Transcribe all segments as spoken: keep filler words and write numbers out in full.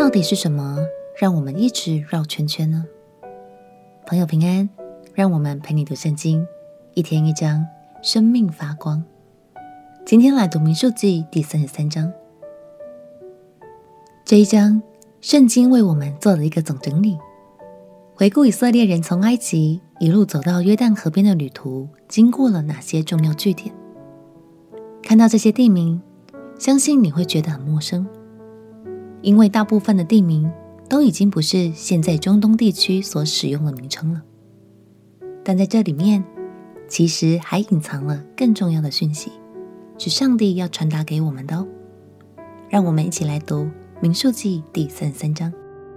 到底是什么让我们一直绕圈圈呢？朋友平安，让我们陪你读圣经，一天一章，生命发光。今天来读民数记第三十三章。这一章，圣经为我们做了一个总整理，回顾以色列人从埃及一路走到约旦河边的旅途，经过了哪些重要据点。看到这些地名，相信你会觉得很陌生，因为大部分的地名都已经不是现在中东地区所使用的名称了。但在这里面，其实还隐藏了更重要的讯息，是上帝要传达给我们的哦。让我们一起来读民数记第三十三章。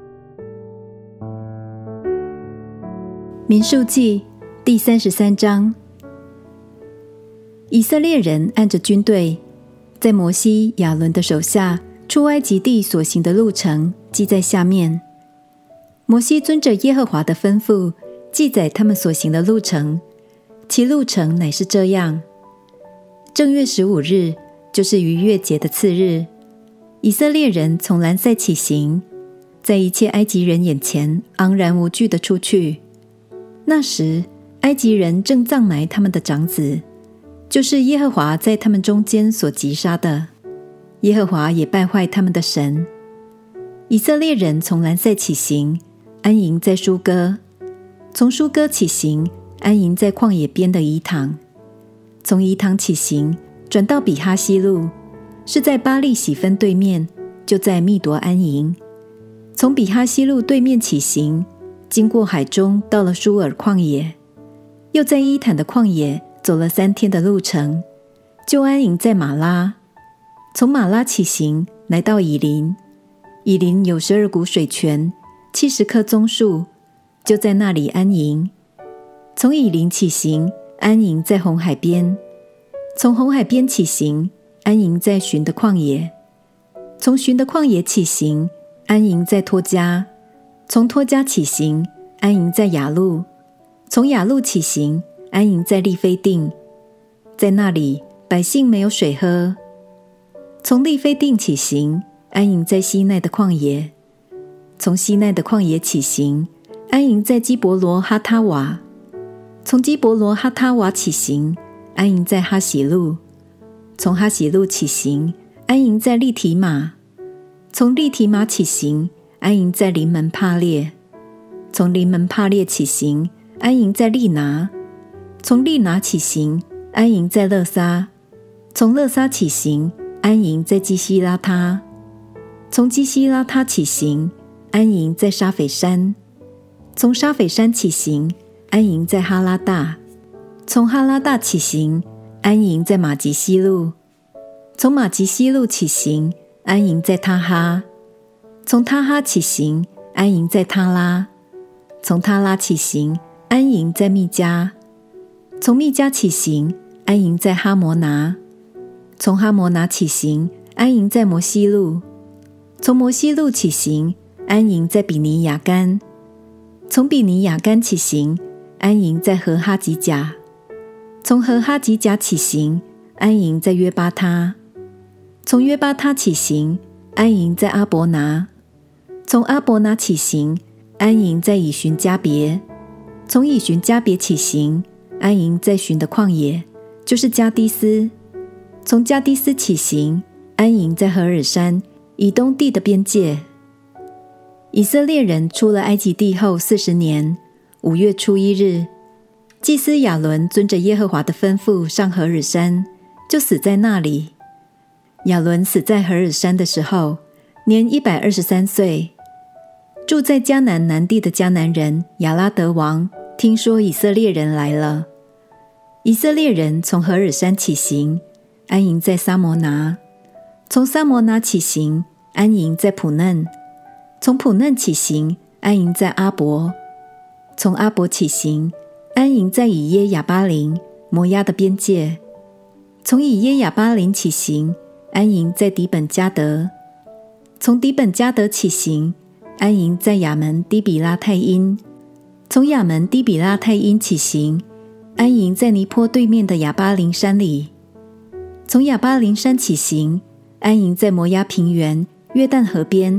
民数记第三十三章。以色列人按着军队，在摩西、亚伦的手下出埃及地所行的路程记在下面。摩西遵着耶和华的吩咐，记载他们所行的路程，其路程乃是这样：正月十五日，就是逾越节的次日，以色列人从兰塞起行，在一切埃及人眼前昂然无惧地出去。那时，埃及人正葬埋他们的长子，就是耶和华在他们中间所击杀的。耶和华也败坏他们的神。以色列人从兰塞起行，安营在舒歌；从舒歌起行，安营在旷野边的以坦；从以坦起行，转到比哈西路，是在巴力喜分对面，就在密夺安营；从比哈西路对面起行，经过海中，到了舒尔旷野，又在伊坦的旷野走了三天的路程，就安营在马拉。从马拉起行，来到以琳。以琳有十二股水泉，七十棵棕树，就在那里安营。从以琳起行，安营在红海边。从红海边起行，安营在寻的旷野。从寻的旷野起行，安营在托家。从托家起行，安营在雅路。从雅路起行，安营在利非定。在那里，百姓没有水喝。从利非定起行，安营在西奈的旷野；从西奈的旷野起行，安营在基伯罗哈他瓦；从基伯罗哈他瓦起行，安营在哈喜路；从哈喜路起行，安营在利提马；从利提马起行，安营在临门帕列；从临门帕列起行，安营在利拿；从利拿起行，安营在勒撒；从勒撒起行，安营在基西拉他；从基西拉他起行，安营在沙斐山；从沙斐山起行，安营在哈拉大；从哈拉大起行，安营在马吉西路；从马吉西路起行，安营在他哈；从他哈起行，安营在他拉；从他拉起行，安营在密加；从密加起行，安营在哈摩拿；从哈摩拿起行，安营在摩西路；从摩西路起行，安营在比尼雅干；从比尼雅干起行，安营在何哈吉甲；从何哈吉甲起行，安营在约巴他；从约巴他起行，安营在阿伯拿；从阿伯拿起行，安营在以寻加别；从以寻加别起行，安营在寻的旷野，就是加低斯；从加低斯起行，安营在何珥山以东地的边界。以色列人出了埃及地后四十年，五月初一日，祭司亚伦遵着耶和华的吩咐上何珥山，就死在那里。亚伦死在何珥山的时候，年一百二十三岁。住在迦南南地的迦南人亚拉德王听说以色列人来了，以色列人从何珥山起行，安营在撒摩拿；从撒摩拿起行，安营在普嫩；从普嫩起行，安营在阿伯；从阿伯起行，安营在以耶亚巴林摩押的边界；从以耶亚巴林起行，安营在底本迦得；从底本迦得起行，安营在亚门低比拉太因；从亚门低比拉太因起行，安营在尼坡对面的亚巴林山里；从亚巴林山起行，安营在摩押平原约旦河边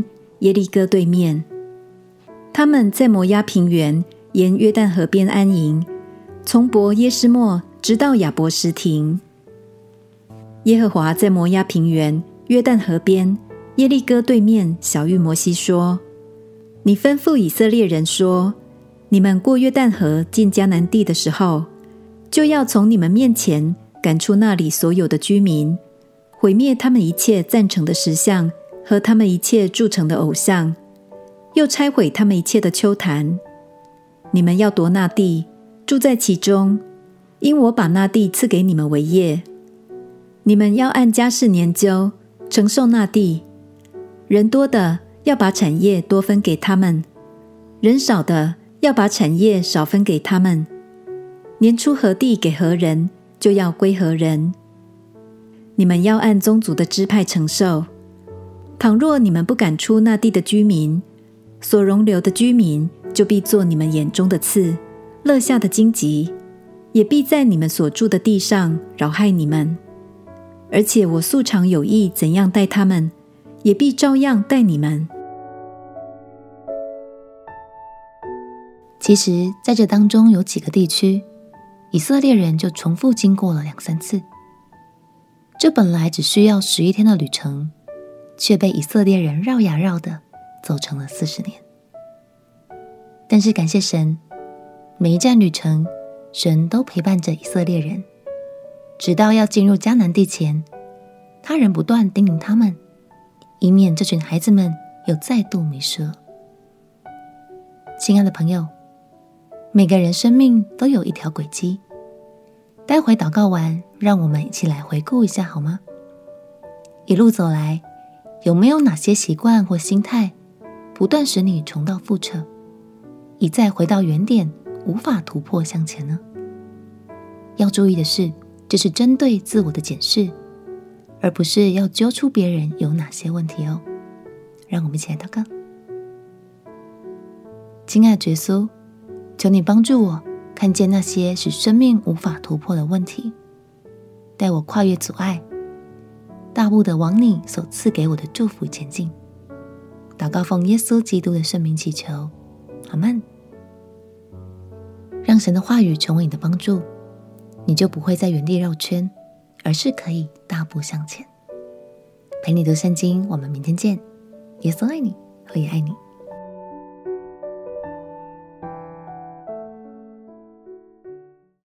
耶利哥对面。他们在摩押平原沿约旦河边安营，从伯耶斯末直到亚伯什亭。耶和华在摩押平原约旦河边耶利哥对面晓谕摩西说：你吩咐以色列人说，你们过约旦河进迦南地的时候，就要从你们面前赶出那里所有的居民，毁灭他们一切赞成的石像和他们一切铸成的偶像，又拆毁他们一切的丘坛。你们要夺那地，住在其中，因我把那地赐给你们为业。你们要按家世年究承受那地，人多的要把产业多分给他们，人少的要把产业少分给他们。年初何地给何人，就要归何人。你们要按宗族的支派承受。倘若你们不赶出那地的居民，所容留的居民就必做你们眼中的刺，勒下的荆棘，也必在你们所住的地上扰害你们。而且我素常有意怎样待他们，也必照样待你们。 其实在这当中有几个地区，以色列人就重复经过了两三次。这本来只需要十一天的旅程，却被以色列人绕呀绕的走成了四十年。但是感谢神，每一站旅程，神都陪伴着以色列人，直到要进入迦南地前，他仍不断叮咛他们，以免这群孩子们又再度迷失了。亲爱的朋友，每个人生命都有一条轨迹。待会祷告完，让我们一起来回顾一下好吗？一路走来，有没有哪些习惯或心态不断使你重蹈覆辙，一再回到原点，无法突破向前呢？要注意的是，这是针对自我的检视，而不是要揪出别人有哪些问题哦。让我们一起来祷告。亲爱的耶稣，求你帮助我看见那些使生命无法突破的问题，带我跨越阻碍，大步的往你所赐给我的祝福前进。祷告奉耶稣基督的圣名祈求，阿们。让神的话语成为你的帮助，你就不会在原地绕圈，而是可以大步向前。陪你读圣经，我们明天见。耶稣爱你，我也爱你。